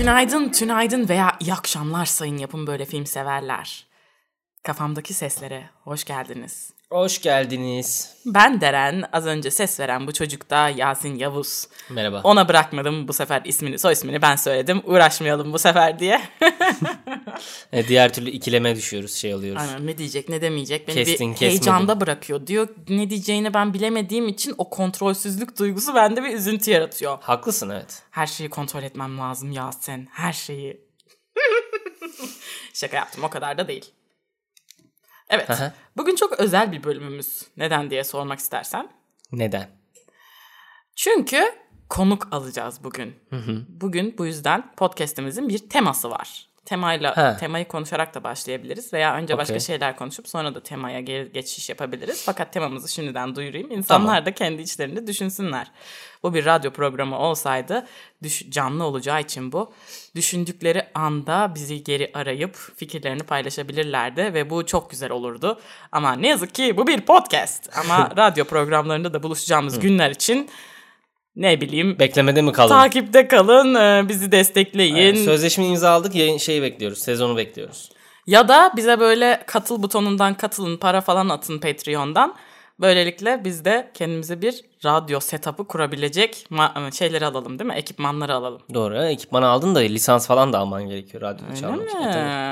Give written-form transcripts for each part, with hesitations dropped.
Günaydın, tünaydın veya iyi akşamlar sayın yapım böyle film severler. Kafamdaki seslere hoş geldiniz. Hoş geldiniz. Ben Deren, az önce ses veren bu çocuk da Yasin Yavuz. Merhaba. Ona bırakmadım bu sefer soy ismini ben söyledim. Uğraşmayalım bu sefer diye. Diğer türlü ikileme düşüyoruz, alıyoruz. Aynen, ne diyecek ne demeyecek beni Kestin, bir heyecanda bırakıyor. Diyor ne diyeceğini ben bilemediğim için o kontrolsüzlük duygusu bende bir üzüntü yaratıyor. Haklısın, evet. Her şeyi kontrol etmem lazım Yasin, her şeyi. Şaka yaptım, o kadar da değil. Evet, bugün çok özel bir bölümümüz. Neden diye sormak istersen. Neden? Çünkü konuk alacağız bugün. Bugün bu yüzden podcast'imizin bir teması var. Temayı konuşarak da başlayabiliriz veya önce başka şeyler konuşup sonra da temaya geçiş yapabiliriz. Fakat temamızı şimdiden duyurayım. İnsanlar da kendi içlerinde düşünsünler. Bu bir radyo programı olsaydı canlı olacağı için bu. Düşündükleri anda bizi geri arayıp fikirlerini paylaşabilirlerdi ve bu çok güzel olurdu. Ama ne yazık ki bu bir podcast. Ama radyo programlarında da buluşacağımız günler için ne bileyim. Beklemede mi kalın? Takipte kalın, bizi destekleyin. Yani sözleşme imzaladık, bekliyoruz, sezonu bekliyoruz. Ya da bize böyle katıl butonundan katılın, para falan atın Patreon'dan. Böylelikle biz de kendimize bir radyo setup'ı kurabilecek şeyleri alalım değil mi? Ekipmanları alalım. Doğru, ekipmanı aldın da lisans falan da alman gerekiyor radyoda çalmak için.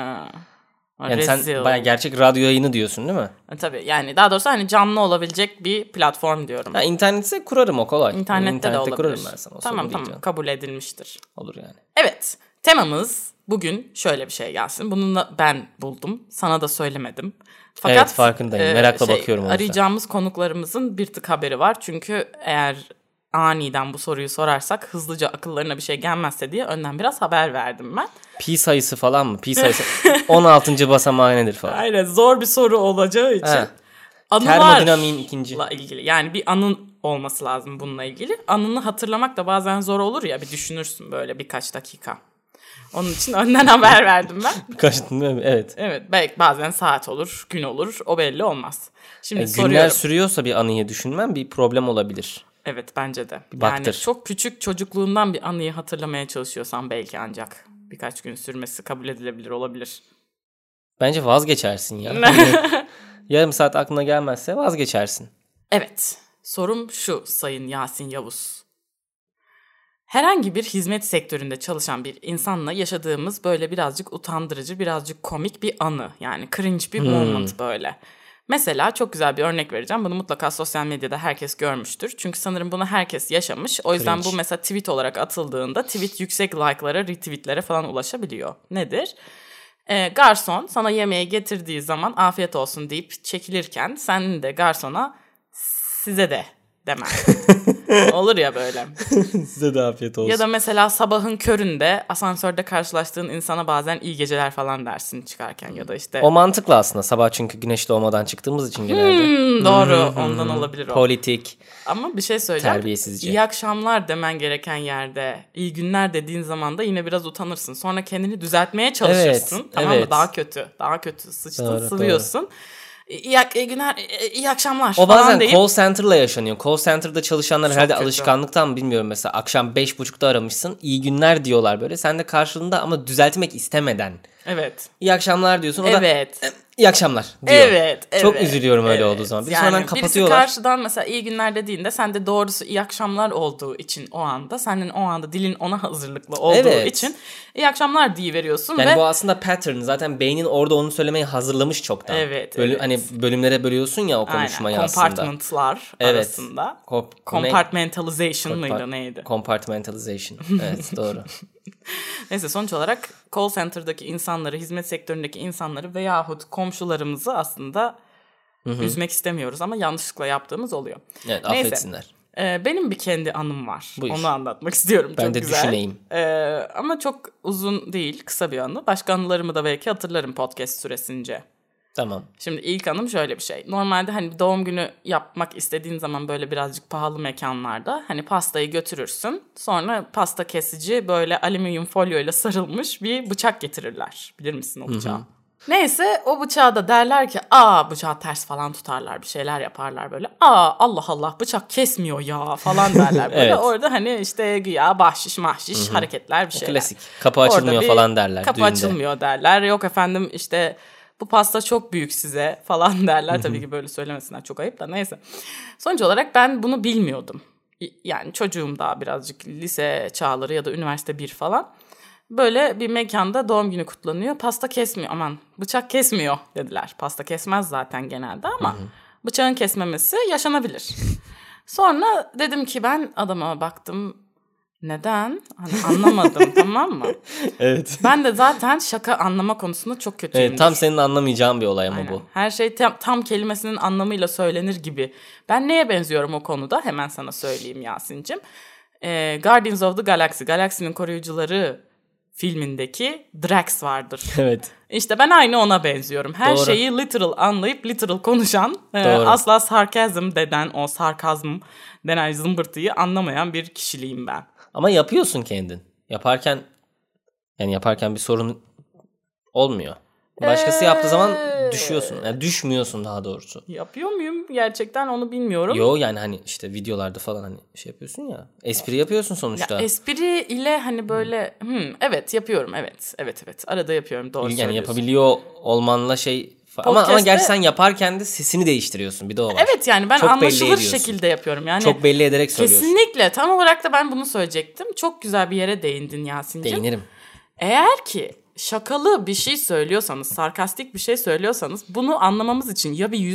Yani sen bayağı gerçek radyo yayını diyorsun değil mi? Tabii, yani daha doğrusu hani canlı olabilecek bir platform diyorum. İnternetse kurarım, o kolay. İnternette de olabilir. Kurarım ben sana. Tamam kabul edilmiştir. Olur yani. Evet, temamız bugün şöyle bir şey gelsin. Bunu da ben buldum. Sana da söylemedim. Fakat, evet, farkındayım. Merakla bakıyorum. Arayacağımız konuklarımızın bir tık haberi var. Çünkü eğer aniden bu soruyu sorarsak hızlıca akıllarına bir şey gelmezse diye önden biraz haber verdim ben. Pi sayısı falan mı? Pi sayısı 16. basamağı nedir falan. Aynen, zor bir soru olacağı için. Termodinamiğin ikinci. İlgili. Yani bir anın olması lazım bununla ilgili. Anını hatırlamak da bazen zor olur ya, bir düşünürsün böyle birkaç dakika. Onun için önden haber verdim ben. Evet. Evet, belki bazen saat olur, gün olur, o belli olmaz. Şimdi günler sürüyorsa bir anıyı düşünmem bir problem olabilir. Evet, bence de. Baktır. Yani çok küçük çocukluğundan bir anıyı hatırlamaya çalışıyorsan belki ancak birkaç gün sürmesi kabul edilebilir olabilir. Bence vazgeçersin ya. Yarım saat aklına gelmezse vazgeçersin. Evet, sorum şu Sayın Yasin Yavuz. Herhangi bir hizmet sektöründe çalışan bir insanla yaşadığımız böyle birazcık utandırıcı, birazcık komik bir anı. Yani cringe bir moment böyle. Mesela çok güzel bir örnek vereceğim. Bunu mutlaka sosyal medyada herkes görmüştür. Çünkü sanırım bunu herkes yaşamış. O yüzden bu mesela tweet olarak atıldığında tweet yüksek like'lara, retweetlere falan ulaşabiliyor. Nedir? Garson sana yemeği getirdiği zaman afiyet olsun deyip çekilirken sen de garsona size de demen. Olur ya böyle. Size de afiyet olsun. Ya da mesela sabahın köründe asansörde karşılaştığın insana bazen iyi geceler falan dersin çıkarken ya da işte. O mantıklı aslında, sabah çünkü güneş doğmadan çıktığımız için genelde. Doğru, ondan olabilir o. Politik. Ama bir şey söyleyeceğim. Terbiyesizce. İyi akşamlar demen gereken yerde iyi günler dediğin zaman da yine biraz utanırsın. Sonra kendini düzeltmeye çalışırsın. Evet, tamam mı? Daha kötü sıçtın, sıvıyorsun. Doğru. İyi günler, iyi akşamlar o falan bazen deyip. Call center'la yaşanıyor. Call center'da çalışanlar çok herhalde kötü. Alışkanlıktan mı bilmiyorum, mesela akşam 5.30'da aramışsın. İyi günler diyorlar böyle. Sen de karşılığında ama düzeltmek istemeden. Evet. İyi akşamlar diyorsun. O evet. da iyi akşamlar diyor. Evet. Çok üzülüyorum öyle olduğu zaman. Yani sonradan kapatıyorlar. Birisi karşıdan mesela iyi günler dediğinde sen de doğrusu iyi akşamlar olduğu için o anda, senin o anda dilin ona hazırlıklı olduğu için iyi akşamlar deyiveriyorsun. Yani ve bu aslında pattern. Zaten beynin orada onu söylemeyi hazırlamış çoktan. Evet. Hani bölümlere bölüyorsun ya o konuşmayı aslında. Compartment'lar arasında. Compartmentalization mıydı neydi? Compartmentalization. Evet, doğru. Neyse, sonuç olarak call center'daki insanları, hizmet sektöründeki insanları veyahut komşularımızı aslında üzmek istemiyoruz ama yanlışlıkla yaptığımız oluyor. Evet, affetsinler. Benim bir kendi anım var. Buyur. Onu anlatmak istiyorum. Ben çok de güzel. düşüneyim. Ama çok uzun değil, kısa bir anı. Başka anılarımı da belki hatırlarım podcast süresince. Tamam. Şimdi ilk anım şöyle bir şey. Normalde hani doğum günü yapmak istediğin zaman böyle birazcık pahalı mekanlarda hani pastayı götürürsün. Sonra pasta kesici böyle alüminyum folyoyla sarılmış bir bıçak getirirler. Bilir misin o bıçağı? Neyse o bıçağı da derler ki bıçağı ters falan tutarlar, bir şeyler yaparlar böyle. Allah Allah bıçak kesmiyor ya falan derler böyle. Evet. Orada hani işte güya bahşiş mahşiş hareketler bir şeyler. Klasik. Kapı açılmıyor falan derler. Kapı düğünde. Açılmıyor derler. Yok efendim işte bu pasta çok büyük size falan derler. Tabii ki böyle söylemesinler, çok ayıp da neyse. Sonuç olarak ben bunu bilmiyordum. Yani çocuğum daha birazcık lise çağları ya da üniversite 1 falan. Böyle bir mekanda doğum günü kutlanıyor. Pasta kesmiyor, aman bıçak kesmiyor dediler. Pasta kesmez zaten genelde ama bıçağın kesmemesi yaşanabilir. Sonra dedim ki ben adama baktım. Neden? Hani anlamadım tamam mı? Evet. Ben de zaten şaka anlama konusunda çok kötüyüm. Evet, tam senin anlamayacağın bir olay ama bu. Her şey tam kelimesinin anlamıyla söylenir gibi. Ben neye benziyorum o konuda? Hemen sana söyleyeyim Yasin'cim. Guardians of the Galaxy, Galaksinin Koruyucuları filmindeki Drax vardır. Evet. İşte ben aynı ona benziyorum. Her Doğru. şeyi literal anlayıp literal konuşan, asla sarkazm denen zımbırtıyı anlamayan bir kişiliğim ben. Ama yapıyorsun kendin. Yaparken bir sorun olmuyor. Başkası yaptığı zaman düşüyorsun. Yani düşmüyorsun daha doğrusu. Yapıyor muyum? Gerçekten onu bilmiyorum. Yo yani hani işte videolarda falan hani şey yapıyorsun ya. Espri yapıyorsun sonuçta. Ya espri ile hani böyle evet yapıyorum. Evet. Arada yapıyorum. Doğru söylüyorsun. Yani yapabiliyor olmanla şey ama gerçi sen yaparken de sesini değiştiriyorsun. Bir de o var. Evet yani ben çok anlaşılır şekilde yapıyorum. Yani çok belli ederek söylüyorsun. Kesinlikle. Tam olarak da ben bunu söyleyecektim. Çok güzel bir yere değindin Yasin'ciğim. Değinirim. Eğer ki şakalı bir şey söylüyorsanız, sarkastik bir şey söylüyorsanız bunu anlamamız için ya bir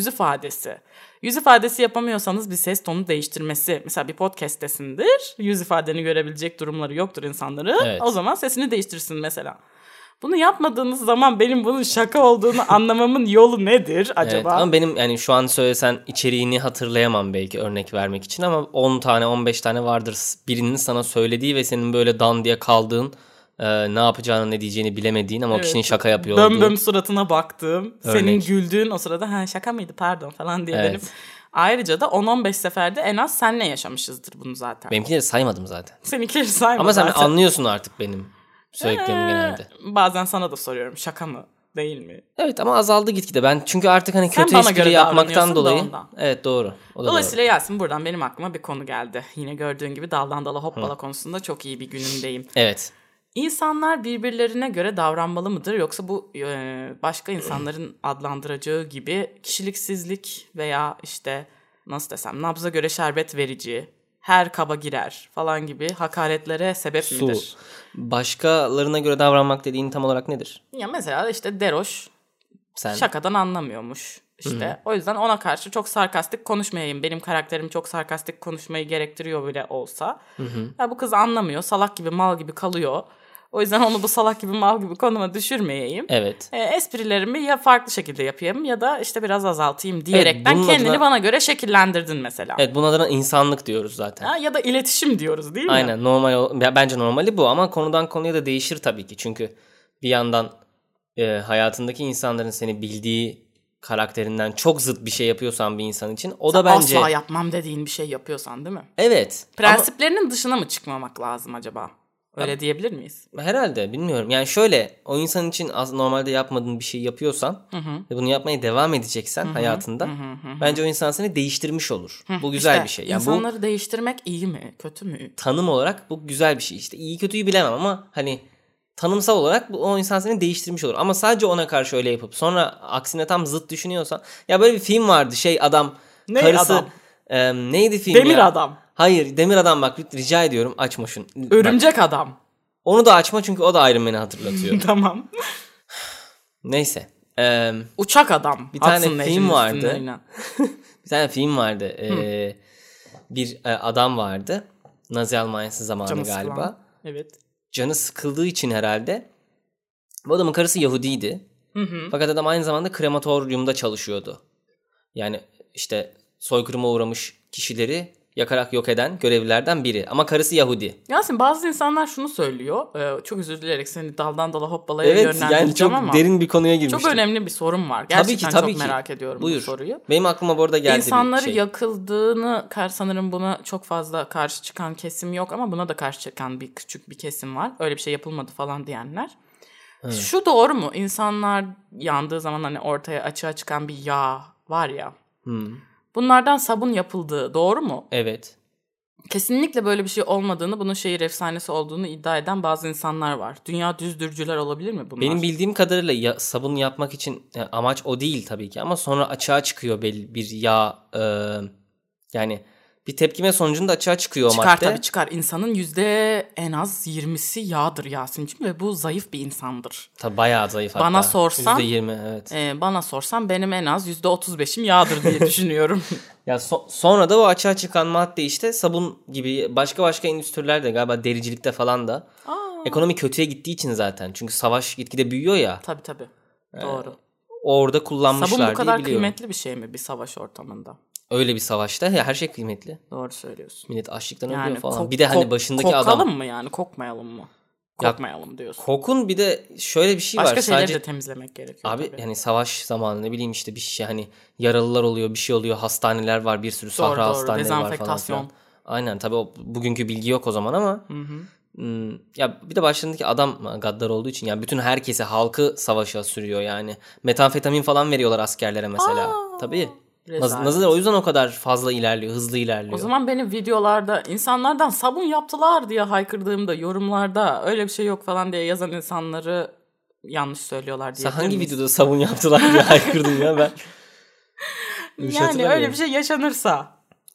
yüz ifadesi yapamıyorsanız bir ses tonu değiştirmesi. Mesela bir podcast'tesindir. Yüz ifadeni görebilecek durumları yoktur insanların. Evet. O zaman sesini değiştirsin mesela. Bunu yapmadığınız zaman benim bunun şaka olduğunu anlamamın yolu nedir acaba? Evet, ama benim yani şu an söylesen içeriğini hatırlayamam belki örnek vermek için ama 10 tane 15 tane vardır birinin sana söylediği ve senin böyle dan diye kaldığın, ne yapacağını ne diyeceğini bilemediğin ama o kişinin şaka yapıyor olduğu. Böm suratına baktığım, senin güldüğün o sırada şaka mıydı pardon falan diye benim. Ayrıca da 10-15 seferde en az senle yaşamışızdır bunu zaten. Benimkileri saymadım zaten. Seninkileri saymadım ama sen zaten. Anlıyorsun artık benim söylediklerimi genelde. Bazen sana da soruyorum şaka mı değil mi? Evet ama azaldı gitgide. Ben çünkü artık hani kötü espri yapmaktan dolayı. Evet doğru. Dolayısıyla Yasin buradan benim aklıma bir konu geldi. Yine gördüğün gibi daldan dala hoppala konusunda çok iyi bir günümdeyim. Evet. İnsanlar birbirlerine göre davranmalı mıdır yoksa bu başka insanların adlandıracağı gibi kişiliksizlik veya işte nasıl desem nabza göre şerbet verici, her kaba girer falan gibi hakaretlere sebep midir? Başkalarına göre davranmak dediğin tam olarak nedir? Ya mesela işte Deroş şakadan anlamıyormuş. İşte o yüzden ona karşı çok sarkastik konuşmayayım. Benim karakterim çok sarkastik konuşmayı gerektiriyor bile olsa. Ya bu kız anlamıyor. Salak gibi mal gibi kalıyor. O yüzden onu bu salak gibi mal gibi konuma düşürmeyeyim. Evet. Esprilerimi ya farklı şekilde yapayım ya da işte biraz azaltayım diyerekten kendini bana göre şekillendirdin mesela. Evet, bunun adına insanlık diyoruz zaten. Ya da iletişim diyoruz değil mi? Aynen, bence normali bu ama konudan konuya da değişir tabii ki. Çünkü bir yandan hayatındaki insanların seni bildiği karakterinden çok zıt bir şey yapıyorsan bir insan için o da bence... Asla yapmam dediğin bir şey yapıyorsan değil mi? Evet. Prensiplerinin dışına mı çıkmamak lazım acaba? Öyle diyebilir miyiz? Herhalde, bilmiyorum. Yani şöyle, o insan için normalde yapmadığın bir şey yapıyorsan ve bunu yapmaya devam edeceksen hayatında bence o insan seni değiştirmiş olur. Bu güzel bir şey. Yani insanları değiştirmek iyi mi, kötü mü? Tanım olarak bu güzel bir şey. İşte iyi kötüyü bilemem ama hani tanımsal olarak o insan seni değiştirmiş olur. Ama sadece ona karşı öyle yapıp sonra aksine tam zıt düşünüyorsan. Ya böyle bir film vardı adam. Ne karısı, adam? Neydi film Demir ya? Adam. Hayır, Demir Adam, bak rica ediyorum açma şunu. Örümcek Adam. Onu da açma çünkü o da Iron Man'i hatırlatıyor. Tamam. Neyse. Uçak Adam. Bir tane film vardı. Bir tane film vardı. Bir adam vardı. Nazi Almanyası zamanı galiba. Sıkılan. Evet. Canı sıkıldığı için herhalde. Bu adamın karısı Yahudiydi. Fakat adam aynı zamanda krematoryumda çalışıyordu. Yani işte soykırıma uğramış kişileri yakarak yok eden görevlilerden biri. Ama karısı Yahudi. Yasin, bazı insanlar şunu söylüyor. Çok özür dileyerek seni daldan dala hoppalaya yönlendireceğim yani çok ama. Derin bir konuya girmiştim. Çok önemli bir sorun var. Gerçekten tabii çok merak ediyorum bu soruyu. Benim aklıma bu arada geldi İnsanları bir şey. yakıldığını sanırım buna çok fazla karşı çıkan kesim yok ama buna da karşı çıkan küçük bir kesim var. Öyle bir şey yapılmadı falan diyenler. Şu doğru mu? İnsanlar yandığı zaman hani ortaya açığa çıkan bir yağ var ya. Bunlardan sabun yapıldığı doğru mu? Evet. Kesinlikle böyle bir şey olmadığını, bunun şehir efsanesi olduğunu iddia eden bazı insanlar var. Dünya düzdürücüler olabilir mi bunlar? Benim bildiğim kadarıyla sabun yapmak için amaç o değil tabii ki ama sonra açığa çıkıyor bir yağ yani bir tepkime sonucunda açığa çıkıyor o madde. Çıkar tabii çıkar. İnsanın en az 20'si yağdır Yasin'cim ve bu zayıf bir insandır. Tabii bayağı zayıf hatta. Bana sorsan, %20 evet. Bana sorsan benim en az %35'im yağdır diye düşünüyorum. Ya sonra da o açığa çıkan madde işte sabun gibi başka endüstrilerde galiba dericilikte falan da ekonomi kötüye gittiği için zaten. Çünkü savaş gitgide büyüyor ya. Tabii. Doğru. Orada kullanmışlar sabun bu kadar diye biliyorum. kıymetli bir şey mi bir savaş ortamında? Öyle bir savaşta ya her şey kıymetli. Doğru söylüyorsun. Millet açlıktan yani ölüyor falan. Bir de hani başındaki adam. Kokalım mı yani? Kokmayalım mı? Kokmayalım diyorsun. Kokun bir de şöyle bir şey var. Başka şeyleri de temizlemek gerekiyor. Abi tabii. yani savaş zamanı ne bileyim işte bir şey hani yaralılar oluyor bir şey oluyor. Hastaneler var bir sürü sahra hastaneleri var falan. Aynen tabii o bugünkü bilgi yok o zaman ama. Ya bir de başlarındaki adam gaddar olduğu için yani bütün herkesi halkı savaşa sürüyor yani. Metamfetamin falan veriyorlar askerlere mesela. Tabii. Naziler o yüzden o kadar fazla ilerliyor, hızlı ilerliyor. O zaman benim videolarda insanlardan sabun yaptılar diye haykırdığımda yorumlarda öyle bir şey yok falan diye yazan insanları yanlış söylüyorlar diye. Sen hangi videoda sabun yaptılar diye haykırdın ya ben? Yani öyle bir şey yaşanırsa.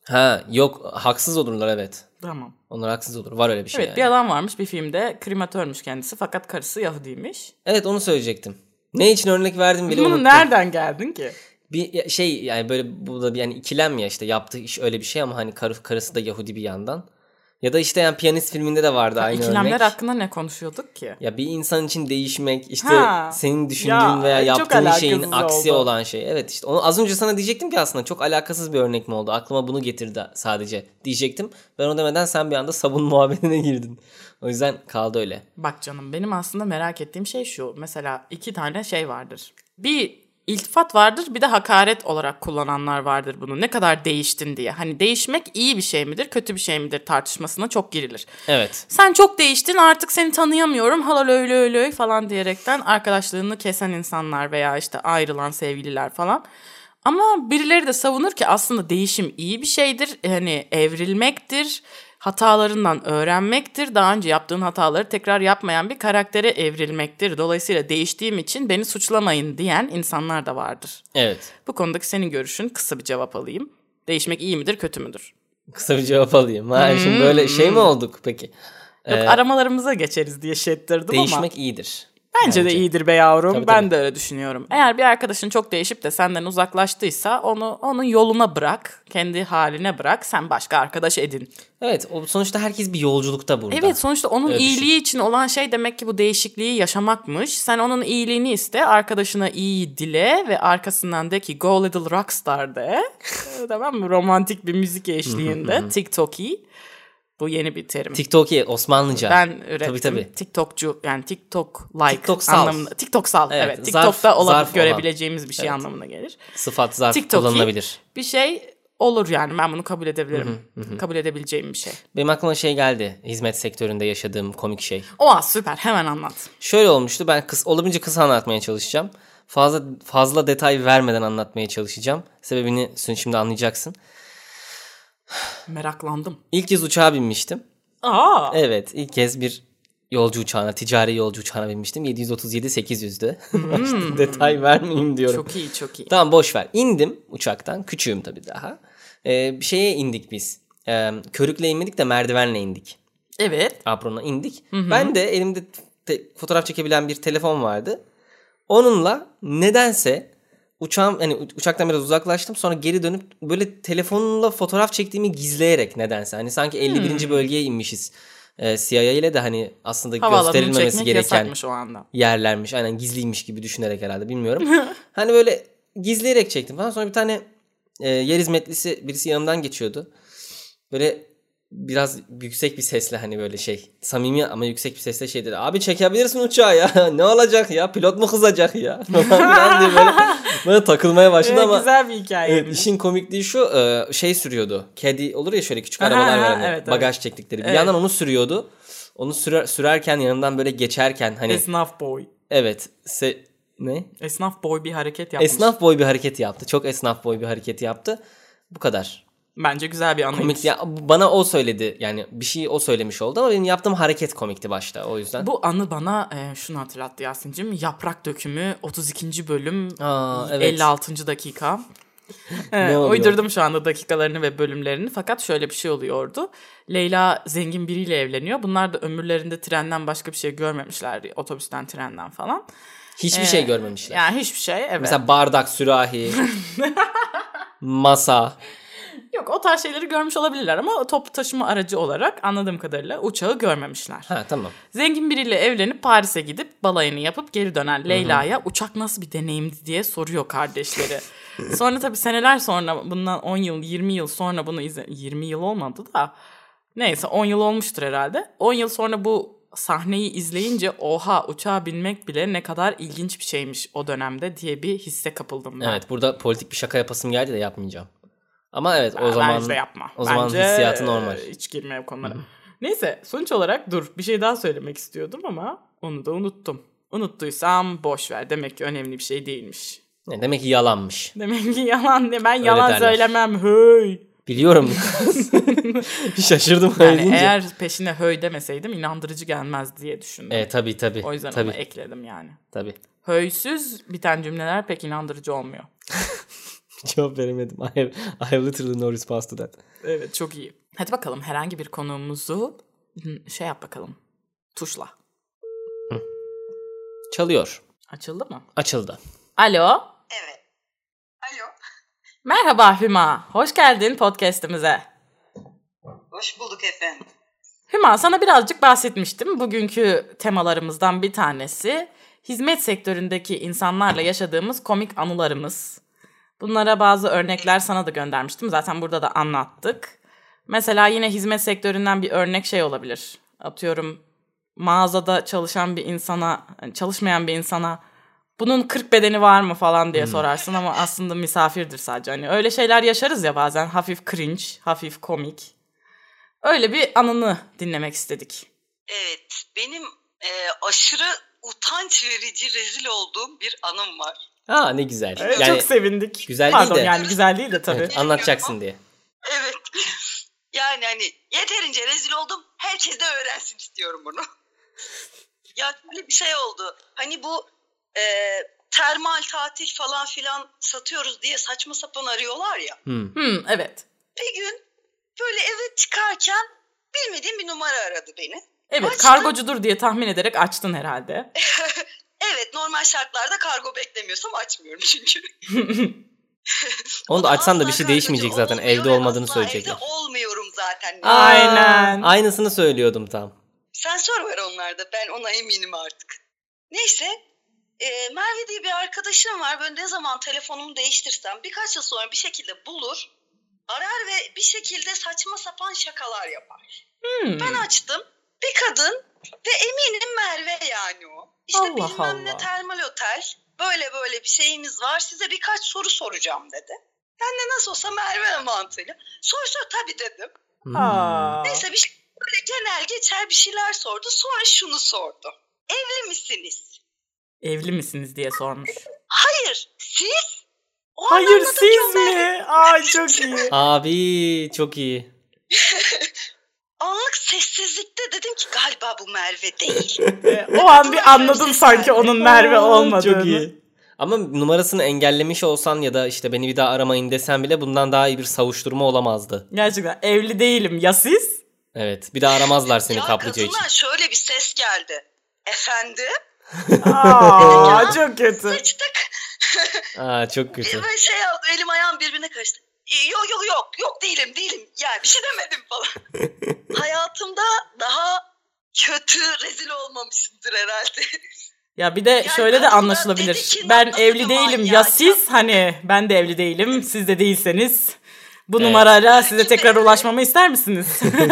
Yok haksız olurlar evet. Tamam. Onlar haksız olur. Var öyle bir şey evet, yani. Bir adam varmış bir filmde krematörmüş kendisi fakat karısı Yahudiymiş. Evet onu söyleyecektim. Ne için örnek verdim bile unuttum. Bunu nereden geldin ki? Bir şey yani böyle bu da yani ikilem ya işte yaptığı iş öyle bir şey ama hani karısı da Yahudi bir yandan. Ya da işte yani Piyanist filminde de vardı aynı örnek. İkilemler hakkında ne konuşuyorduk ki? Ya bir insan için değişmek işte senin düşündüğün veya yaptığın şeyin aksi oldu. olan şey. Evet işte onu az önce sana diyecektim ki aslında çok alakasız bir örnek mi oldu? Aklıma bunu getirdi sadece diyecektim. Ben o demeden sen bir anda sabun muhabbetine girdin. O yüzden kaldı öyle. Bak canım benim aslında merak ettiğim şey şu. Mesela 2 tane şey vardır. Bir İltifat vardır bir de hakaret olarak kullananlar vardır bunu. Ne kadar değiştin diye. Hani değişmek iyi bir şey midir kötü bir şey midir tartışmasına çok girilir. Evet. Sen çok değiştin artık seni tanıyamıyorum halal öyle falan diyerekten arkadaşlığını kesen insanlar veya işte ayrılan sevgililer falan. Ama birileri de savunur ki aslında değişim iyi bir şeydir. Hani evrilmektir. Hatalarından öğrenmektir. Daha önce yaptığın hataları tekrar yapmayan bir karaktere evrilmektir. Dolayısıyla değiştiğim için beni suçlamayın diyen insanlar da vardır. Evet. Bu konudaki senin görüşün kısa bir cevap alayım. Değişmek iyi midir, kötü müdür? Kısa bir cevap alayım. Şimdi böyle şey mi olduk peki? Yok aramalarımıza geçeriz diye şey ettirdim değişmek ama. Değişmek iyidir. Bence de iyidir be yavrum. Tabii. Ben de öyle düşünüyorum. Eğer bir arkadaşın çok değişip de senden uzaklaştıysa onun yoluna bırak. Kendi haline bırak. Sen başka arkadaş edin. Evet sonuçta herkes bir yolculukta burada. Evet sonuçta onun öyle iyiliği için olan şey demek ki bu değişikliği yaşamakmış. Sen onun iyiliğini iste. Arkadaşına iyi dile ve arkasından de ki go little rockstar de. Tamam mı? Romantik bir müzik eşliğinde. TikTok'i. Bu yeni bir terim. TikTok'i Osmanlıca. Ben ürettim. Tabii. TikTokçu yani TikTok-like TikToksal. anlamında. TikToksal evet. TikTok'ta görebileceğimiz bir şey anlamına gelir. Sıfat zarf TikTok'i kullanılabilir. Bir şey olur yani ben bunu kabul edebilirim. Kabul edebileceğim bir şey. Benim aklıma şey geldi. Hizmet sektöründe yaşadığım komik şey. Süper hemen anlat. Şöyle olmuştu ben olabildiğince kısa anlatmaya çalışacağım. Fazla detay vermeden anlatmaya çalışacağım. Sebebini şimdi anlayacaksın. Meraklandım. İlk kez uçağa binmiştim. Evet ilk kez bir yolcu uçağına, ticari yolcu uçağına binmiştim. 737-800'dü. İşte detay vermeyeyim diyorum. Çok iyi. Tamam boş ver. İndim uçaktan. Küçüğüm tabii daha. Bir şeye indik biz. Körükle inmedik de merdivenle indik. Evet. Apron'a indik. Ben de elimde fotoğraf çekebilen bir telefon vardı. Onunla nedense uçaktan biraz uzaklaştım. Sonra geri dönüp böyle telefonla fotoğraf çektiğimi gizleyerek nedense. Hani sanki 51. bölgeye inmişiz. CIA ile de hani aslında gösterilmemesi gereken o anda. Yerlermiş. Aynen gizliymiş gibi düşünerek herhalde bilmiyorum. Hani böyle gizleyerek çektim falan. Sonra bir tane yer hizmetlisi birisi yanımdan geçiyordu. Böyle biraz yüksek bir sesle hani böyle samimi ama yüksek bir sesle şey dedi. Abi çekebilirsin uçağı ya. Ne olacak ya? Pilot mu kızacak ya? Ben de böyle takılmaya başladı ama. Güzel bir hikaye. Evet, işin komikliği şu sürüyordu. Kedi olur ya şöyle küçük arabalar var hani evet, bagaj çektikleri. Bir yandan onu sürüyordu. Onu sürerken yanından böyle geçerken hani. Esnaf boy. Evet. Ne? Esnaf boy bir hareket yapmış. Esnaf boy bir hareket yaptı. Çok esnaf boy bir hareket yaptı. Bu kadar. Bence güzel bir anıymış. Komik ya, bana o söyledi. Yani bir şeyi o söylemiş oldu ama benim yaptığım hareket komikti başta, o yüzden. Bu anı bana şunu hatırlattı Yasin'cim. Yaprak Dökümü 32. bölüm Evet. 56. dakika. oluyor? Uydurdum şu anda dakikalarını ve bölümlerini. Fakat şöyle bir şey oluyordu. Leyla zengin biriyle evleniyor. Bunlar da ömürlerinde trenden başka bir şey görmemişlerdi. Otobüsten, trenden falan. Hiçbir şey görmemişler. Yani hiçbir şey, evet. Mesela bardak, sürahi, masa. Yok, o tarz şeyleri görmüş olabilirler ama toplu taşıma aracı olarak anladığım kadarıyla uçağı görmemişler. Ha, tamam. Zengin biriyle evlenip Paris'e gidip balayını yapıp geri dönen Leyla'ya uçak nasıl bir deneyimdi diye soruyor kardeşleri. Sonra tabii seneler sonra, bundan 10 yıl 20 yıl sonra bunu 20 yıl olmadı da neyse 10 yıl olmuştur herhalde. 10 yıl sonra bu sahneyi izleyince oha, uçağa binmek bile ne kadar ilginç bir şeymiş o dönemde diye bir hisse kapıldım ben. Evet, burada politik bir şaka yapasım geldi de yapmayacağım. Ama evet, o zaman bence yapma. O zaman hissiyatı normal. Hiç girme o konulara. Neyse, sonuç olarak bir şey daha söylemek istiyordum ama onu da unuttum. Unuttuysam boş ver. Demek ki önemli bir şey değilmiş. Ne demek ki yalanmış. Demek ki yalan. Ben Öyle yalan derler. söylemem. Höy. Biliyorum. Şaşırdım. Yani eğer peşine höy demeseydim inandırıcı gelmez diye düşündüm. Tabii. O yüzden tabii. onu ekledim yani. Tabii. Höysüz biten cümleler pek inandırıcı olmuyor. Cevap veremedim. I have literally no response to that. Evet, çok iyi. Hadi bakalım, herhangi bir konuğumuzu şey yap bakalım. Tuşla. Çalıyor. Açıldı mı? Açıldı. Alo. Evet. Alo. Merhaba Hüma. Hoş geldin podcast'imize. Hoş bulduk efendim. Hüma, sana birazcık bahsetmiştim. Bugünkü temalarımızdan bir tanesi hizmet sektöründeki insanlarla yaşadığımız komik anılarımız. Bunlara bazı örnekler sana da göndermiştim. Zaten burada da anlattık. Mesela yine hizmet sektöründen bir örnek şey olabilir. Atıyorum, mağazada çalışan bir insana, çalışmayan bir insana bunun 40 bedeni var mı falan diye sorarsın ama aslında misafirdir sadece. Hani öyle şeyler yaşarız ya bazen, hafif cringe, hafif komik. Öyle bir anını dinlemek istedik. Evet, benim aşırı utanç verici, rezil olduğum bir anım var. Aa, ne güzel. Evet, yani, çok sevindik. Güzel Pardon, değil de. yani güzel değil de tabii. Evet, anlatacaksın diye. Evet. Yani hani yeterince rezil oldum. Herkes de öğrensin istiyorum bunu. Ya böyle bir şey oldu. Hani bu termal tatil falan filan satıyoruz diye saçma sapan arıyorlar ya. Evet. Bir gün böyle eve çıkarken bilmediğim bir numara aradı beni. Evet, Açtım. kargocudur diye tahmin ederek açtın herhalde. Evet, normal şartlarda kargo beklemiyorsam açmıyorum çünkü. Onu da açsan da bir şey değişmeyecek kargocu zaten. olmuyor Evde ve olmadığını asla söyleyecekler. Evde olmuyorum zaten. Aynen. Aynısını söylüyordum tam. Sensör var onlarda, ben ona eminim artık. Neyse, Merve diye bir arkadaşım var. Böyle ne zaman telefonumu değiştirsem birkaç yıl sonra bir şekilde bulur, arar ve bir şekilde saçma sapan şakalar yapar. Ben açtım, bir kadın ve eminim Merve yani o. İşte Allah bilmem Allah. ne termal otel, böyle bir şeyimiz var, size birkaç soru soracağım dedi. Ben de nasıl olsa Merve mantığıyla sor tabii dedim. Aa. Neyse bir şey böyle genel geçer bir şeyler sordu. Sonra şunu sordu. Evli misiniz? Evli misiniz diye sormuş. Hayır. Siz? O an Hayır, anladım ki siz o Merve. mi? Ay, çok iyi. Abi çok iyi. Anlık sessizlikte dedim ki galiba bu Merve değil. O an bir anladım sanki onun Merve olmadığını. Çok iyi. Ama numarasını engellemiş olsan ya da işte beni bir daha aramayın desen bile bundan daha iyi bir savuşturma olamazdı. Gerçekten evli değilim ya siz? Evet, bir daha aramazlar seni Ya kaplıca için. kadından şöyle bir ses geldi. Efendim? Aa, çok kötü. Sıçtık. Aa, çok kötü. Böyle şey oldu, elim ayağım birbirine karıştı. Yok değilim. Yani bir şey demedim falan. Hayatımda daha kötü rezil olmamışımdır herhalde. Ya bir de Yani şöyle de kadınlar anlaşılabilir. dedi ki, Ben nasıl evli bir değilim manyak ya siz, ya? hani ben de evli değilim, siz de değilseniz bu Evet. numarayla size tekrar ulaşmamı ister misiniz?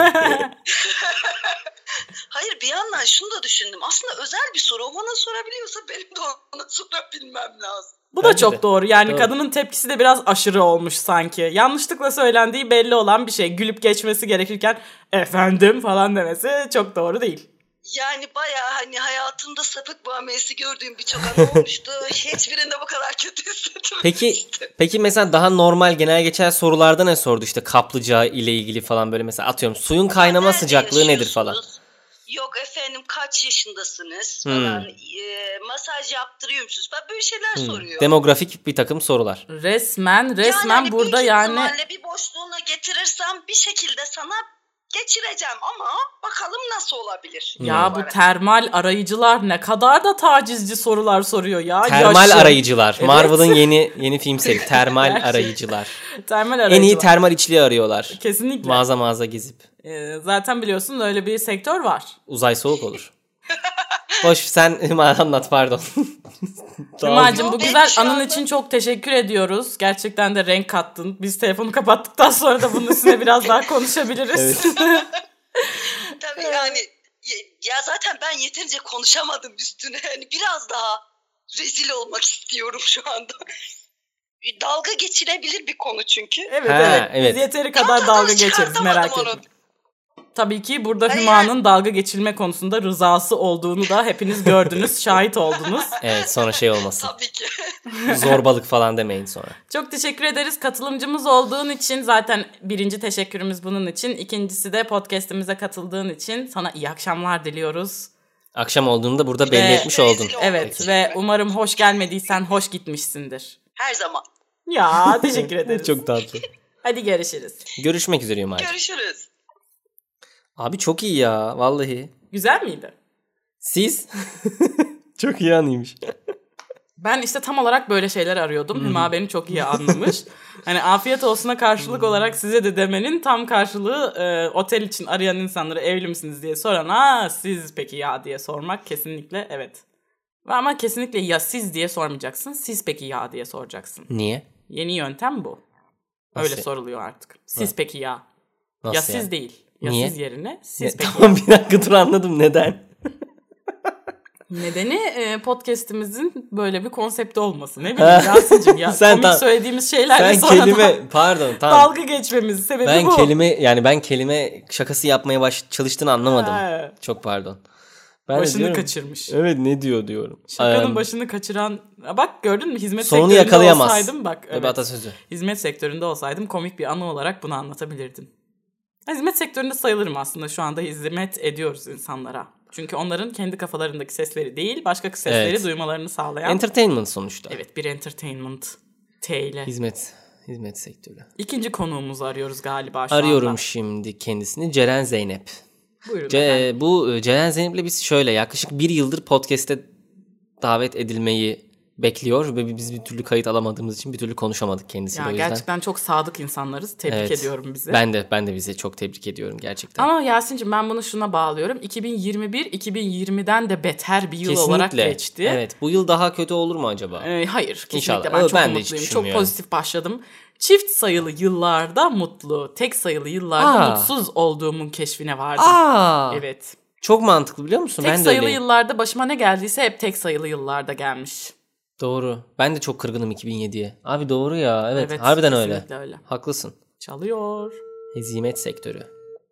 Hayır, bir yandan şunu da düşündüm. Aslında özel bir soru. O bana sorabiliyorsa benim de ona sorabilmem lazım. Bu da Bence çok de. doğru. Yani Doğru. kadının tepkisi de biraz aşırı olmuş sanki. Yanlışlıkla söylendiği belli olan bir şey. Gülüp geçmesi gerekirken efendim falan demesi çok doğru değil. Yani bayağı hani hayatımda sapık muamelesi gördüğüm birçok an olmuştu. Hiçbirinde bu kadar kötü hissetmemiştim. Peki mesela daha normal genel geçer sorularda ne sordu? İşte kaplıca ile ilgili falan böyle mesela atıyorum suyun kaynama Nerede sıcaklığı nedir falan. yaşıyorsunuz? Yok efendim kaç yaşındasınız falan. Masaj yaptırıyor musunuz falan böyle şeyler soruyor. Demografik bir takım sorular. Resmen yani burada büyük yani ihtimalle bir boşluğuna getirirsem bir şekilde sana geçireceğim ama bakalım nasıl olabilir. ya bu termal arayıcılar ne kadar da tacizci sorular soruyor ya. Termal Yaşım. arayıcılar. Evet. Marvel'ın yeni film seri. Termal arayıcılar. Termal arayıcılar. En iyi termal içliği arıyorlar. Kesinlikle. Mağaza gezip. Zaten biliyorsun öyle bir sektör var. Uzay soğuk olur. Hoş sen anlat pardon. Hümacığım bu güzel anın için çok teşekkür ediyoruz. Gerçekten de renk kattın. Biz telefonu kapattıktan sonra da bunun üstüne biraz daha konuşabiliriz. Tabii yani ya zaten ben yeterince konuşamadım üstüne. Yani biraz daha rezil olmak istiyorum şu anda. Dalga geçilebilir bir konu çünkü. Evet. Biz yeteri kadar dalga geçeriz merak etme. Tabii ki burada Hüma'nın dalga geçilme konusunda rızası olduğunu da hepiniz gördünüz, şahit oldunuz. Evet sonra şey olmasın. Tabii ki. Zorbalık falan demeyin sonra. Çok teşekkür ederiz katılımcımız olduğun için. Zaten birinci teşekkürümüz bunun için. İkincisi de podcast'imize katıldığın için sana iyi akşamlar diliyoruz. Akşam olduğunu da burada belli etmiş oldun. Evet ve umarım hoş gelmediysen hoş gitmişsindir. Her zaman. Ya teşekkür ederiz. Çok tatlı. Hadi görüşürüz. Görüşmek üzere Hüma'cığım. Görüşürüz. Abi çok iyi ya vallahi. Güzel miydi? Siz? Çok iyi anıymış. Ben işte tam olarak böyle şeyler arıyordum. Hüma beni çok iyi anlamış. Hani afiyet olsuna karşılık olarak size de demenin tam karşılığı otel için arayan insanlara evli misiniz diye sorana siz peki ya diye sormak kesinlikle evet. Ama kesinlikle ya siz diye sormayacaksın. Siz peki ya diye soracaksın. Niye? Yeni yöntem bu. Öyle soruluyor artık. Siz peki ya. Nasıl ya yani? siz değil. Ya Niye? siz yerine siz peki Tamam bir dakika dur anladım neden. Nedeni podcast'imizin böyle bir konsepti olması. Ne bileyim Yasin'cim ya. Komik söylediğimiz şeylerle sonra kelime pardon tamam. Dalga geçmemiz sebebi bu. Ben kelime şakası yapmaya çalıştığını anlamadım. Çok pardon. Ben başını kaçırmış. Evet ne diyorum. Şakanın başını kaçıran bak gördün mü hizmet sonunu sektöründe yakalayamaz. Olsaydım bak. Evet. Atasözü. Hizmet sektöründe olsaydım komik bir anı olarak bunu anlatabilirdim. Hizmet sektöründe sayılırım aslında şu anda hizmet ediyoruz insanlara. Çünkü onların kendi kafalarındaki sesleri değil başka sesleri duymalarını sağlayan. Entertainment sonuçta. Evet bir entertainment ile. Hizmet sektörü. İkinci konuğumuzu arıyoruz galiba şu Arıyorum anda. şimdi kendisini Ceren Zeynep. Buyurun bu Ceren Zeynep'le biz şöyle yaklaşık 1 yıldır podcast'e davet edilmeyi bekliyor ve biz bir türlü kayıt alamadığımız için bir türlü konuşamadık kendisiyle. Ya o yüzden. Gerçekten çok sadık insanlarız. Tebrik ediyorum bizi. Ben de bizi çok tebrik ediyorum gerçekten. Ama Yasin'cim ben bunu şuna bağlıyorum. 2021 2020'den de beter bir yıl olarak geçti. Evet. Bu yıl daha kötü olur mu acaba? Hayır. Kesinlikle İnşallah. ben çok ben mutluyum. Çok pozitif başladım. Çift sayılı yıllarda mutlu, tek sayılı yıllarda mutsuz olduğumun keşfine vardım. Evet. Çok mantıklı biliyor musun? Tek sayılı yıllarda başıma ne geldiyse hep tek sayılı yıllarda gelmiş. Doğru. Ben de çok kırgınım 2007'ye. Abi doğru ya. Evet harbiden öyle. Haklısın. Çalıyor. Hizmet sektörü.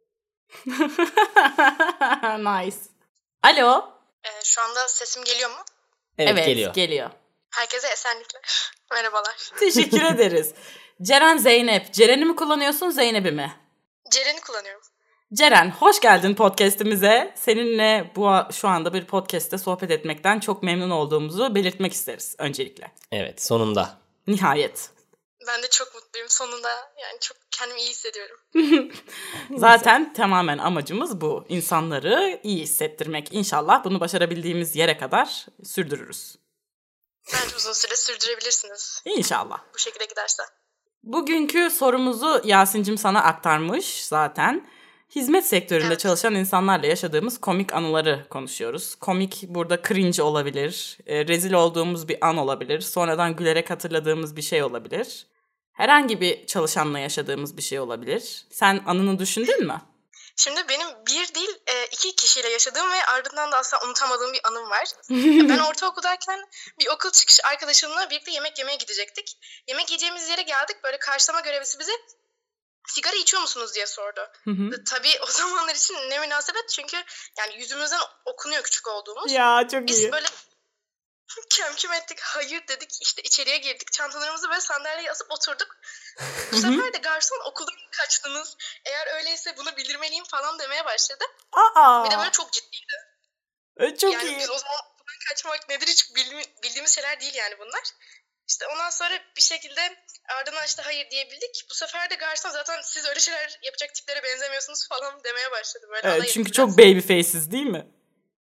Nice. Alo. Şu anda sesim geliyor mu? Evet geliyor. Herkese esenlikler. Merhabalar. Teşekkür ederiz. Ceren Zeynep. Ceren'i mi kullanıyorsun Zeynep'i mi? Ceren'i kullanıyorum. Ceren hoş geldin podcast'imize. Seninle şu anda bir podcast'te sohbet etmekten çok memnun olduğumuzu belirtmek isteriz öncelikle. Evet sonunda. Nihayet. Ben de çok mutluyum sonunda. Yani çok kendimi iyi hissediyorum. Zaten tamamen amacımız bu. İnsanları iyi hissettirmek. İnşallah bunu başarabildiğimiz yere kadar sürdürürüz. Bence uzun süre sürdürebilirsiniz. İnşallah. Bu şekilde giderse. Bugünkü sorumuzu Yasin'cim sana aktarmış zaten. Hizmet sektöründe çalışan insanlarla yaşadığımız komik anıları konuşuyoruz. Komik burada cringe olabilir, rezil olduğumuz bir an olabilir, sonradan gülerek hatırladığımız bir şey olabilir. Herhangi bir çalışanla yaşadığımız bir şey olabilir. Sen anını düşündün mü? Şimdi benim bir değil 2 kişiyle yaşadığım ve ardından da asla unutamadığım bir anım var. Ben ortaokuldayken bir okul çıkışı arkadaşımla birlikte yemek yemeye gidecektik. Yemek yiyeceğimiz yere geldik. Böyle karşılama görevlisi bize sigara içiyor musunuz diye sordu. Tabii o zamanlar için ne münasebet, çünkü yani yüzümüzden okunuyor küçük olduğumuz. Ya çok Biz iyi. böyle kemküm ettik, hayır dedik, işte içeriye girdik, çantalarımızı böyle sandalyeye asıp oturduk. Bu sefer de garson okuldan kaçtınız, eğer öyleyse bunu bildirmeliyim falan demeye başladı. Bir de böyle çok ciddiydi. Çok yani iyi. biz o zaman okuldan kaçmak nedir hiç bildiğimiz şeyler değil yani bunlar. İşte ondan sonra bir şekilde ardından işte hayır diyebildik. Bu sefer de garson zaten siz öyle şeyler yapacak tiplere benzemiyorsunuz falan demeye başladı. Böyle Evet, çünkü çok baby faces değil mi?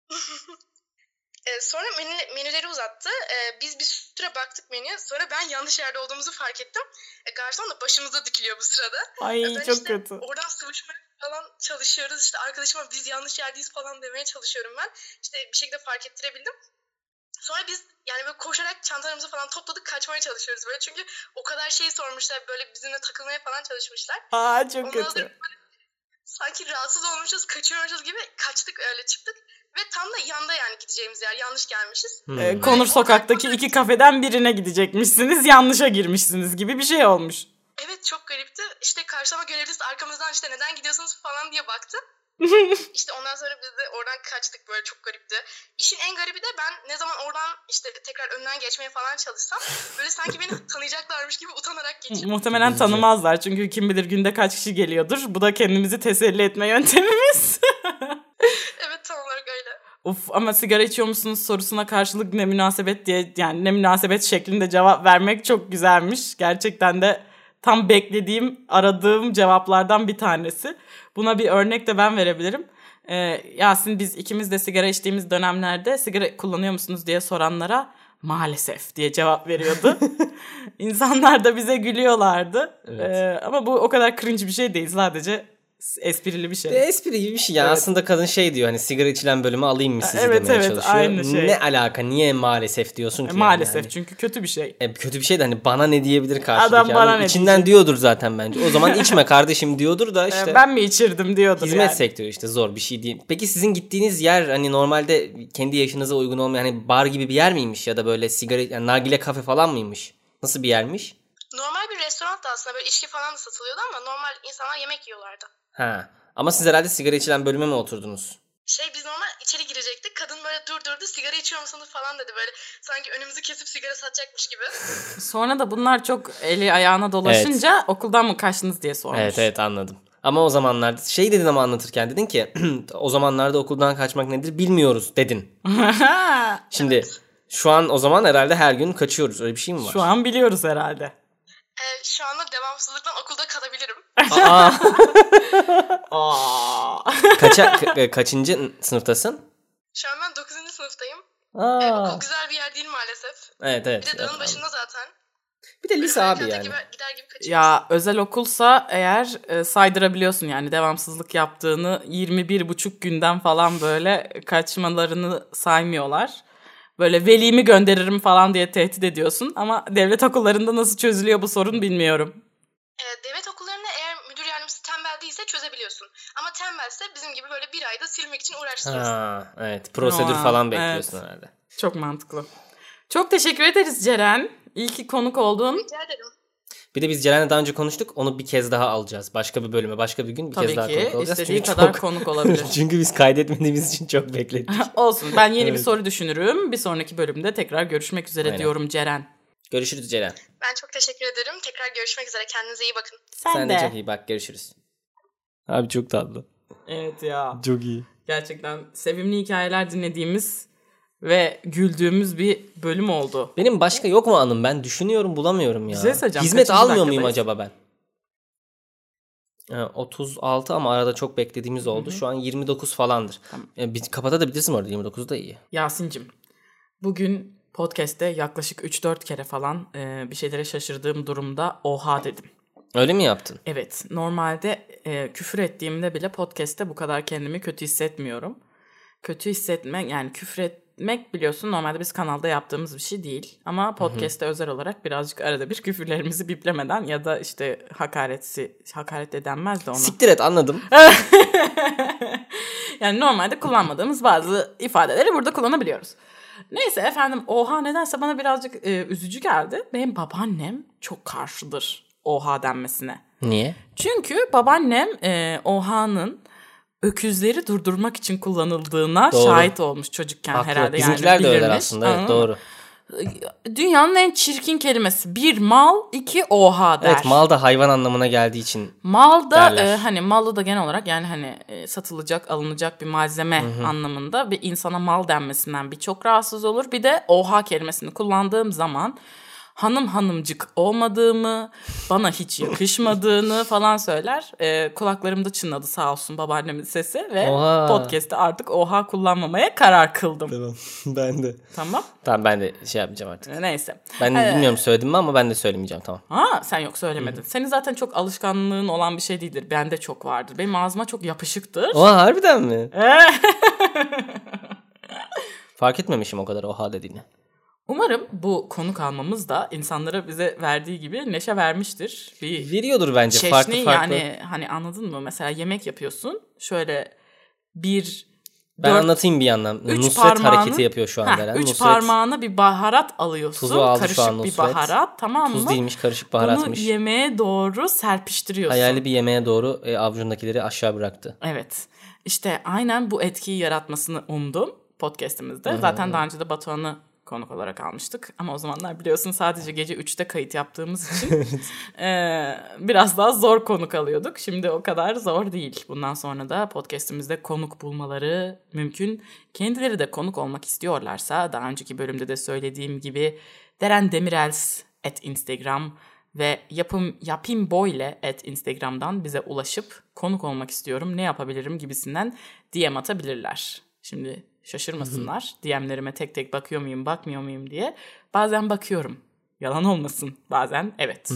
Sonra menüleri uzattı. Biz bir süre baktık menüye. Sonra ben yanlış yerde olduğumuzu fark ettim. Garson da başımıza dikiliyor bu sırada. Ay ben çok işte kötü. oradan sıvışmaya falan çalışıyoruz. İşte arkadaşıma biz yanlış yerdeyiz falan demeye çalışıyorum ben. İşte bir şekilde fark ettirebildim. Sonra biz yani böyle koşarak çantalarımızı falan topladık, kaçmaya çalışıyoruz böyle. Çünkü o kadar şey sormuşlar, böyle bizimle takılmaya falan çalışmışlar. Çok ondan kötü. Sonra sanki rahatsız olmuşuz, kaçıyormuşuz gibi kaçtık, öyle çıktık. Ve tam da yanda yani gideceğimiz yer, yanlış gelmişiz. Konur Sokak'taki 2 kafeden birine gidecekmişsiniz, yanlışa girmişsiniz gibi bir şey olmuş. Evet, çok garipti. İşte karşılama görevlisi arkamızdan işte neden gidiyorsunuz falan diye baktı. İşte ondan sonra biz de oradan kaçtık, böyle çok garipti. İşin en garibi de ben ne zaman oradan işte tekrar önden geçmeye falan çalışsam böyle sanki beni tanıyacaklarmış gibi utanarak geçiyorum. Muhtemelen tanımazlar çünkü kim bilir günde kaç kişi geliyordur. Bu da kendimizi teselli etme yöntemimiz. Evet, tam olarak öyle. Ama sigara içiyor musunuz sorusuna karşılık ne münasebet diye, yani ne münasebet şeklinde cevap vermek çok güzelmiş. Gerçekten de tam beklediğim, aradığım cevaplardan bir tanesi. Buna bir örnek de ben verebilirim. Yasin, biz ikimiz de sigara içtiğimiz dönemlerde sigara kullanıyor musunuz diye soranlara maalesef diye cevap veriyordu. İnsanlar da bize gülüyorlardı. Evet. Ama bu o kadar cringe bir şey değil, sadece esprili bir şey. Espri gibi bir şey yani. Evet. Aslında kadın şey diyor, hani sigara içilen bölümü alayım mı sizi demeye çalışıyor. Aynı şey. Ne alaka, niye maalesef diyorsun ki? Maalesef yani. Çünkü kötü bir şey. Kötü bir şey de hani bana ne diyebilir karşıdaki? Adam bana ne İçinden diyecek? diyordur zaten bence. O zaman içme kardeşim diyordur da işte. Ben mi içirdim diyordur hizmet yani. sektörü işte, zor bir şey değil. Peki sizin gittiğiniz yer hani normalde kendi yaşınıza uygun olmayan hani bar gibi bir yer miymiş ya da böyle sigara, yani nargile kafe falan mıymış? Nasıl bir yermiş? Normal bir restoran da aslında, böyle içki falan da satılıyordu ama normal insanlar yemek yiyorlardı. Ha. Ama siz herhalde sigara içilen bölüme mi oturdunuz? Biz normal içeri girecektik. Kadın böyle durdurdu. Sigara içiyor musunuz falan dedi. Böyle sanki önümüzü kesip sigara satacakmış gibi. Sonra da bunlar çok eli ayağına dolaşınca okuldan mı kaçtınız diye sormuş. Evet anladım. Ama o zamanlarda şey dedin ama anlatırken dedin ki o zamanlarda okuldan kaçmak nedir bilmiyoruz dedin. Şimdi şu an o zaman herhalde her gün kaçıyoruz. Öyle bir şey mi var? Şu an biliyoruz herhalde. Şu anda devamsızlıktan okulda kalabilirim. Kaçıncı sınıftasın? Şu an ben 9. sınıftayım. Okul güzel bir yer değil maalesef. Evet. Bir de dağın başında zaten. Bir de lise abi yani. Gider gibi kaçıyoruz. Ya özel okulsa eğer saydırabiliyorsun yani devamsızlık yaptığını 21,5 günden falan böyle kaçmalarını saymıyorlar. Böyle velimi gönderirim falan diye tehdit ediyorsun ama devlet okullarında nasıl çözülüyor bu sorun bilmiyorum. Devlet okullarında eğer müdür yardımcısı tembel değilse çözebiliyorsun. Ama tembelse bizim gibi böyle bir ayda silmek için uğraştırıyorsun. Evet, prosedür falan bekliyorsun herhalde. Çok mantıklı. Çok teşekkür ederiz Ceren. İyi ki konuk oldun. Rica ederim. Bir de biz Ceren'le daha önce konuştuk. Onu bir kez daha alacağız. Başka bir bölüme, başka bir gün kez daha konuk olacağız. Tabii ki istediği çünkü kadar konuk olabilir. Çünkü biz kaydetmediğimiz için çok beklettik. Olsun, ben yeni bir soru düşünürüm. Bir sonraki bölümde tekrar görüşmek üzere diyorum Ceren. Görüşürüz Ceren. Ben çok teşekkür ederim. Tekrar görüşmek üzere. Kendinize iyi bakın. Sen de çok iyi bak, görüşürüz. Abi çok tatlı. Evet ya. Çok iyi. Gerçekten sevimli hikayeler dinlediğimiz ve güldüğümüz bir bölüm oldu. Benim başka yok mu anım? Ben düşünüyorum, bulamıyorum ya. Hizmet almıyor muyum acaba ben? 36 ama arada çok beklediğimiz oldu. Şu an 29 falandır. Tamam. Kapatabilirsin orada, 29 da iyi. Yasin'cim, bugün podcast'te yaklaşık 3-4 kere falan bir şeylere şaşırdığım durumda oha dedim. Öyle mi yaptın? Evet. Normalde küfür ettiğimde bile podcast'te bu kadar kendimi kötü hissetmiyorum. Kötü hissetmek, yani küfür etmek biliyorsun normalde biz kanalda yaptığımız bir şey değil. Ama podcast'te özel olarak birazcık arada bir küfürlerimizi biplemeden ya da işte hakaret de denmez de ona. Siktir et, anladım. Yani normalde kullanmadığımız bazı ifadeleri burada kullanabiliyoruz. Neyse efendim, oha nedense bana birazcık üzücü geldi. Benim babaannem çok karşıdır oha denmesine. Niye? Çünkü babaannem Oha'nın öküzleri durdurmak için kullanıldığına şahit olmuş çocukken herhalde. Bizimkiler yani de öyle bilirmiş. aslında. Evet, doğru. Dünyanın en çirkin kelimesi. Bir mal, iki oha der. Evet, mal da hayvan anlamına geldiği için Mal da derler. hani malı da genel olarak yani hani satılacak, alınacak bir malzeme anlamında bir insana mal denmesinden birçok rahatsız olur. Bir de oha kelimesini kullandığım zaman hanımcık olmadığımı, bana hiç yakışmadığını falan söyler. Kulaklarımda çınladı sağ olsun babaannemin sesi ve podcast'te artık oha kullanmamaya karar kıldım. Tamam. Ben de. Tamam. Tamam, ben de şey yapmayacağım artık. Neyse. Ben bilmiyorum söyledim mi ama ben de söylemeyeceğim, tamam. Sen yok söylemedin. Senin zaten çok alışkanlığın olan bir şey değildir. Bende çok vardır. Benim ağzıma çok yapışıktır. Oha, harbiden mi? Fark etmemişim o kadar oha dediğini. Umarım bu konuk almamız da insanlara bize verdiği gibi neşe vermiştir. Veriyordur bence çeşni, farklı. Yani hani anladın mı? Mesela yemek yapıyorsun. Şöyle Ben anlatayım bir yandan. Nusret hareketi yapıyor şu an Deren. 3 parmağına bir baharat alıyorsun. Tuzu aldı karışık şu an bir Nusret. baharat, tamam mı? Tuz değilmiş, karışık baharatmış. Bunu yemeğe doğru serpiştiriyorsun. Hayali bir yemeğe doğru avucundakileri aşağı bıraktı. Evet. İşte aynen bu etkiyi yaratmasını umdum podcast'imizde. Zaten daha önce de Batuhan'ı konuk olarak almıştık. Ama o zamanlar biliyorsun sadece gece 3'te kayıt yaptığımız için biraz daha zor konuk alıyorduk. Şimdi o kadar zor değil. Bundan sonra da podcast'imizde konuk bulmaları mümkün. Kendileri de konuk olmak istiyorlarsa daha önceki bölümde de söylediğim gibi Deren Demirels @Instagram ve yapimboyle @Instagram'dan bize ulaşıp konuk olmak istiyorum, ne yapabilirim gibisinden DM atabilirler. Şimdi şaşırmasınlar. DM'lerime tek tek bakıyor muyum, bakmıyor muyum diye. Bazen bakıyorum. Yalan olmasın. Bazen evet.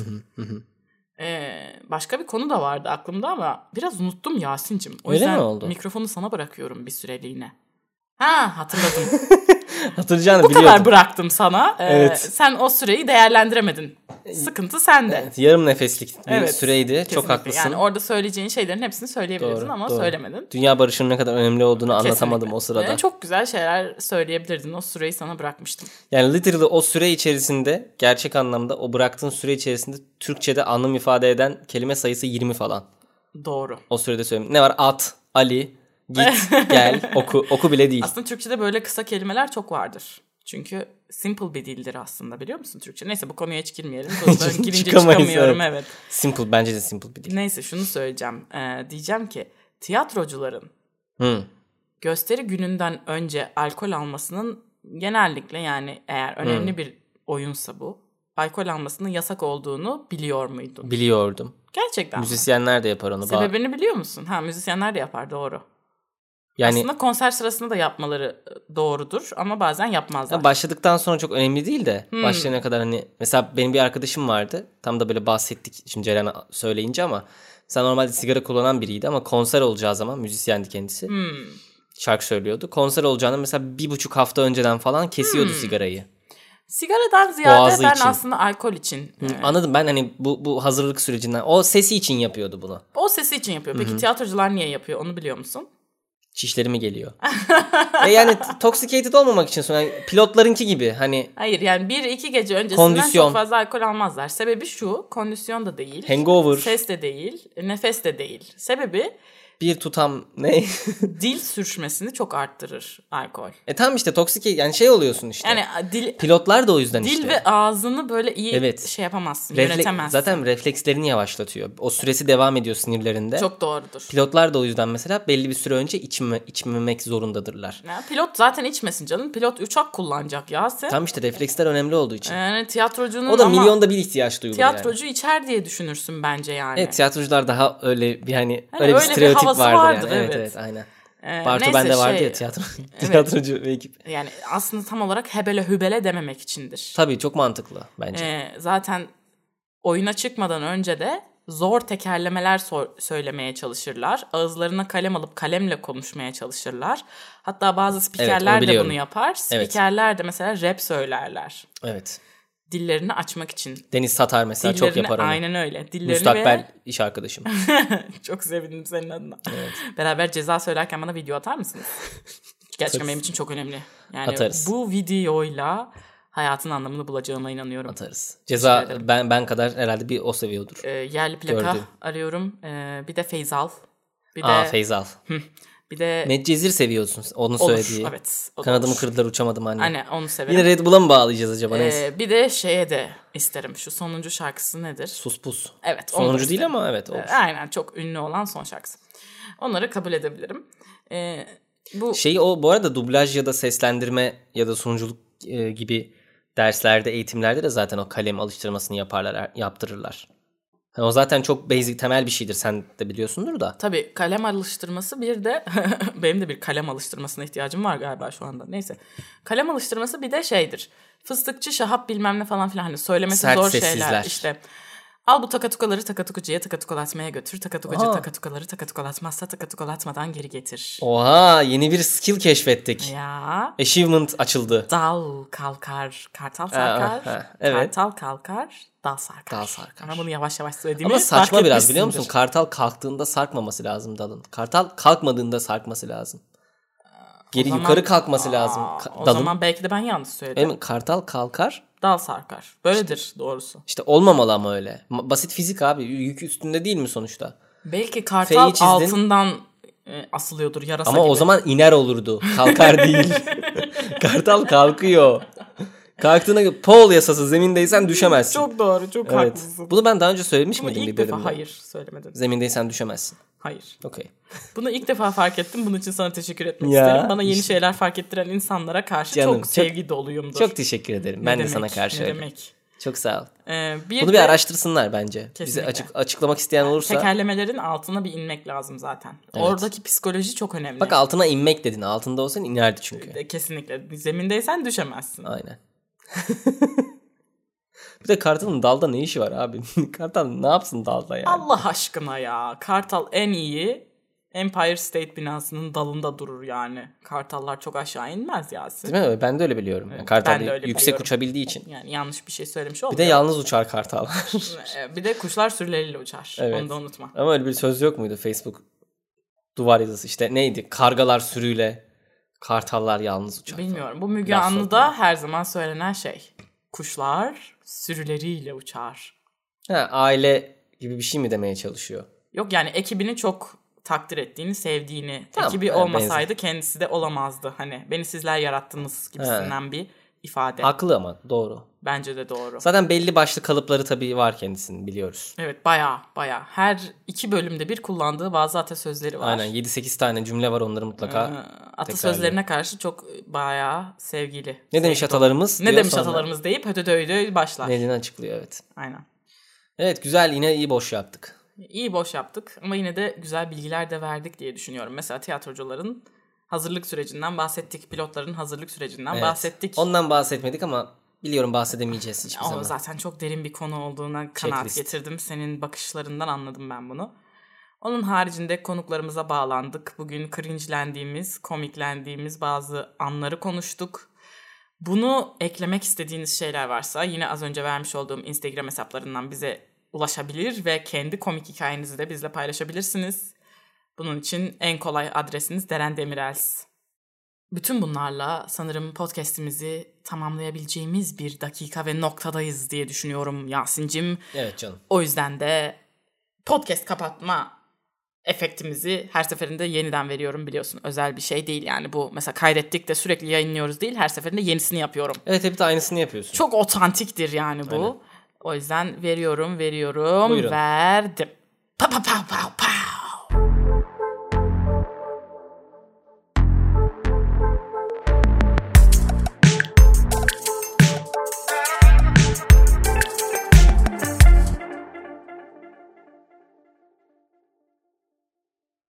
Başka bir konu da vardı aklımda ama biraz unuttum Yasin'cim. O Öyle yüzden mi oldu? mikrofonu sana bırakıyorum bir süreliğine. Hatırladım. Hatırlayacağını Bu biliyordum. kadar bıraktım sana. Evet. Sen o süreyi değerlendiremedin. Sıkıntı sende. Evet, yarım nefeslik bir süreydi. Kesinlikle. Çok haklısın. Yani orada söyleyeceğin şeylerin hepsini söyleyebilirdin ama söylemedin. Dünya barışının ne kadar önemli olduğunu anlatamadım Kesinlikle. o sırada. Çok güzel şeyler söyleyebilirdin. O süreyi sana bırakmıştım. Yani literally o süre içerisinde, gerçek anlamda o bıraktığın süre içerisinde Türkçe'de anlam ifade eden kelime sayısı 20 falan. Doğru. O sürede söyleyeyim. Ne var? At, Ali, git, gel, oku. Oku bile değil. Aslında Türkçe'de böyle kısa kelimeler çok vardır. Çünkü simple bir dildir aslında, biliyor musun Türkçe? Neyse bu konuya hiç girmeyelim. Girince çıkamıyorum evet. Simple, bence de simple bir dil. Neyse şunu söyleyeceğim. Diyeceğim ki tiyatrocuların gösteri gününden önce alkol almasının genellikle, yani eğer önemli bir oyunsa bu, alkol almasının yasak olduğunu biliyor muydun? Biliyordum. Gerçekten Müzisyenler de yapar onu. Sebebini biliyor musun? Müzisyenler de yapar, doğru. Yani aslında konser sırasında da yapmaları doğrudur ama bazen yapmazlar. Başladıktan sonra çok önemli değil de başlayana kadar hani mesela benim bir arkadaşım vardı. Tam da böyle bahsettik şimdi Ceren'a söyleyince ama sen normalde sigara kullanan biriydi ama konser olacağı zaman müzisyendi kendisi. Şarkı söylüyordu. Konser olacağını mesela 1,5 hafta önceden falan kesiyordu sigarayı. Sigaradan ziyade Boğazı ben için. aslında alkol için. Anladım, ben hani bu hazırlık sürecinden o sesi için yapıyordu bunu. O sesi için yapıyor. Peki tiyatrocular niye yapıyor onu biliyor musun? Çişleri mi geliyor? Yani toxicated olmamak için sonra pilotlarınki gibi hani. Hayır yani 1-2 gece öncesinden çok fazla alkol almazlar. Sebebi şu, kondisyon da değil. Hangover. Ses de değil, nefes de değil. Sebebi bir tutam ne? dil sürçmesini çok arttırır alkol. Tam işte toksik, yani şey oluyorsun işte. Yani pilotlar da o yüzden dil işte. Dil ve ağzını böyle iyi şey yapamazsın, yönetemezsin. Zaten reflekslerini yavaşlatıyor. O süresi devam ediyor sinirlerinde. Çok doğrudur. Pilotlar da o yüzden mesela belli bir süre önce içmemek zorundadırlar. Pilot zaten içmesin canım. Pilot uçak kullanacak Yasin. Tam işte refleksler önemli olduğu için. Yani tiyatrocunun o da milyonda bir ihtiyaç duyulur tiyatrocu içer diye düşünürsün bence yani. Evet, tiyatrocular daha öyle bir hani öyle bir stereotip vardır yani. Evet aynen. Bartu bende vardı ya tiyatrocu bir ekip. Yani aslında tam olarak hebele hübele dememek içindir. Tabii çok mantıklı bence. Zaten oyuna çıkmadan önce de zor tekerlemeler söylemeye çalışırlar. Ağızlarına kalem alıp kalemle konuşmaya çalışırlar. Hatta bazı spikerler de bunu yapar. Spikerler de mesela rap söylerler. Evet. Dillerini açmak için. Deniz Satar mesela çok yapar onu. Aynen öyle. Müstakbel iş arkadaşım. Çok sevindim senin adına. Evet. Beraber Ceza söylerken bana video atar mısınız? Gerçekten benim için çok önemli. Yani atarız. Bu videoyla hayatın anlamını bulacağıma inanıyorum. Atarız. Ceza ben kadar herhalde bir o seviyordur. Yerli plaka Gördüm. arıyorum. Bir de Feyzal. Bir de Feyzal. bir de Medcezir seviyorsun. Onun olur. söylediği. Evet. Kanadımı kırdılar uçamadım anne. Hani onu severim. Yine Red Bull'a mı bağlayacağız acaba? Neyse. Bir de şeye de isterim. Şu sonuncu şarkısı nedir? Sus pus. Evet. onu da Sonuncu değil isterim. ama evet olur. Aynen, çok ünlü olan son şarkısı. Onları kabul edebilirim. Bu O bu arada dublaj ya da seslendirme ya da sunuculuk gibi derslerde, eğitimlerde de zaten o kalem alıştırmasını yaptırırlar. O zaten çok basic, temel bir şeydir. Sen de biliyorsundur da. tabii kalem alıştırması, bir de benim de bir kalem alıştırmasına ihtiyacım var galiba şu anda. Neyse. Kalem alıştırması bir de şeydir. Fıstıkçı, şahap bilmem ne falan filan, hani söylemesi Sert zor sessizler. şeyler. İşte al bu takatukaları takatukucuya takatukalatmaya götür. Takatukucu takatukaları takatukalatmazsa takatukalatmadan geri getir. Oha, yeni bir skill keşfettik. Ya. Achievement açıldı. Dal kalkar, kartal sarkar. evet. Kartal kalkar, dal sarkar. Dal sarkar. Ama bunu yavaş yavaş söylediğimi Ama saçma fark biraz, biliyor musun? etmişsindir. Kartal kalktığında sarkmaması lazım dalın. Kartal kalkmadığında sarkması lazım. Geri yukarı kalkması lazım O dalın. zaman belki de ben yanlış söyledim. Benim kartal kalkar. Dal sarkar. Böyledir doğrusu. İşte olmamalı ama öyle. Basit fizik abi. Yük üstünde değil mi sonuçta? Belki kartal çizdin. altından asılıyordur yarasa Ama gibi. o zaman iner olurdu. Kalkar değil. Kartal kalkıyor. Kalktığına Paul yasası, zemindeysen düşemezsin. Çok doğru, çok Evet. haklısın. Bunu ben daha önce söylemiş Bunu miydim ilk bir defa bölümde? hayır söylemedim. Zemindeysen düşemezsin. Hayır. Okey. Bunu ilk defa fark ettim. Bunun için sana teşekkür etmek Ya, isterim. Bana yeni işte. şeyler fark ettiren insanlara karşı Canım, çok sevgi doluyumdur. Çok teşekkür ederim. Ne Ben de demek, sana karşı ne öyle. demek. Çok sağ ol. Bir Bunu de bir araştırsınlar bence. Bize Kesinlikle. açıklamak isteyen olursa. tekerlemelerin altına bir inmek lazım zaten. Evet. Oradaki psikoloji çok önemli. Bak, altına inmek dedin. Altında olsan inerdi çünkü. Kesinlikle. Zemindeysen düşemezsin. Aynen. Bir de Kartal'ın dalda ne işi var abi? Kartal ne yapsın dalda yani? Allah aşkına ya. Kartal en iyi Empire State binasının dalında durur yani. Kartallar çok aşağı inmez Yasin. Değil mi? Ben de öyle biliyorum. Yani ben Kartal de öyle yüksek biliyorum. uçabildiği için. Yani yanlış bir şey söylemiş Bir de olmayalım. yalnız uçar kartal. Bir de kuşlar sürüleriyle uçar. Evet. Onu da unutma. Ama öyle bir söz yok muydu Facebook duvar yazısı? İşte neydi? Kargalar sürüyle, kartallar yalnız uçar. Bilmiyorum. Bu Müge Laf Anlı'da her zaman söylenen şey. Kuşlar sürüleriyle uçar. Aile gibi bir şey mi demeye çalışıyor? Yok yani ekibini çok takdir ettiğini, sevdiğini. Tamam, Ekibi yani olmasaydı kendisi de olamazdı. Hani beni sizler yarattınız gibisinden bir ifade. Haklı ama doğru. Bence de doğru. Zaten belli başlı kalıpları tabii var kendisinin, biliyoruz. Evet, baya. Her 2 bölümde bir kullandığı bazı atasözleri var. Aynen, 7-8 tane cümle var, onları mutlaka Atasözlerine karşı çok bayağı sevgili. Ne demiş atalarımız? Ne diyor demiş sonra. atalarımız deyip hötödöydö başlar. Nedeni açıklıyor, evet. Aynen. Evet, güzel, yine iyi boş yaptık. İyi boş yaptık ama yine de güzel bilgiler de verdik diye düşünüyorum. Mesela tiyatrocuların hazırlık sürecinden bahsettik. Pilotların hazırlık sürecinden Evet. bahsettik. Ondan bahsetmedik ama biliyorum bahsedemeyeceğiz hiçbir O zaman. zaten çok derin bir konu olduğuna kanaat Checklist. getirdim. Senin bakışlarından anladım ben bunu. Onun haricinde konuklarımıza bağlandık. Bugün cringe'lendiğimiz, komiklendiğimiz bazı anları konuştuk. Bunu eklemek istediğiniz şeyler varsa yine az önce vermiş olduğum Instagram hesaplarından bize ulaşabilir ve kendi komik hikayenizi de bizle paylaşabilirsiniz. Bunun için en kolay adresiniz Deren Demirels. Bütün bunlarla sanırım podcast'imizi tamamlayabileceğimiz bir dakika ve noktadayız diye düşünüyorum Yasin'cim. Evet canım. O yüzden de podcast kapatma efektimizi her seferinde yeniden veriyorum, biliyorsun. Özel bir şey değil yani bu. Mesela kaydettik de sürekli yayınlıyoruz değil. Her seferinde yenisini yapıyorum. Evet, hep de aynısını yapıyorsun. Çok otantiktir yani bu. Aynen. O yüzden veriyorum. Buyurun. Verdim. Pa pa pa pa pa.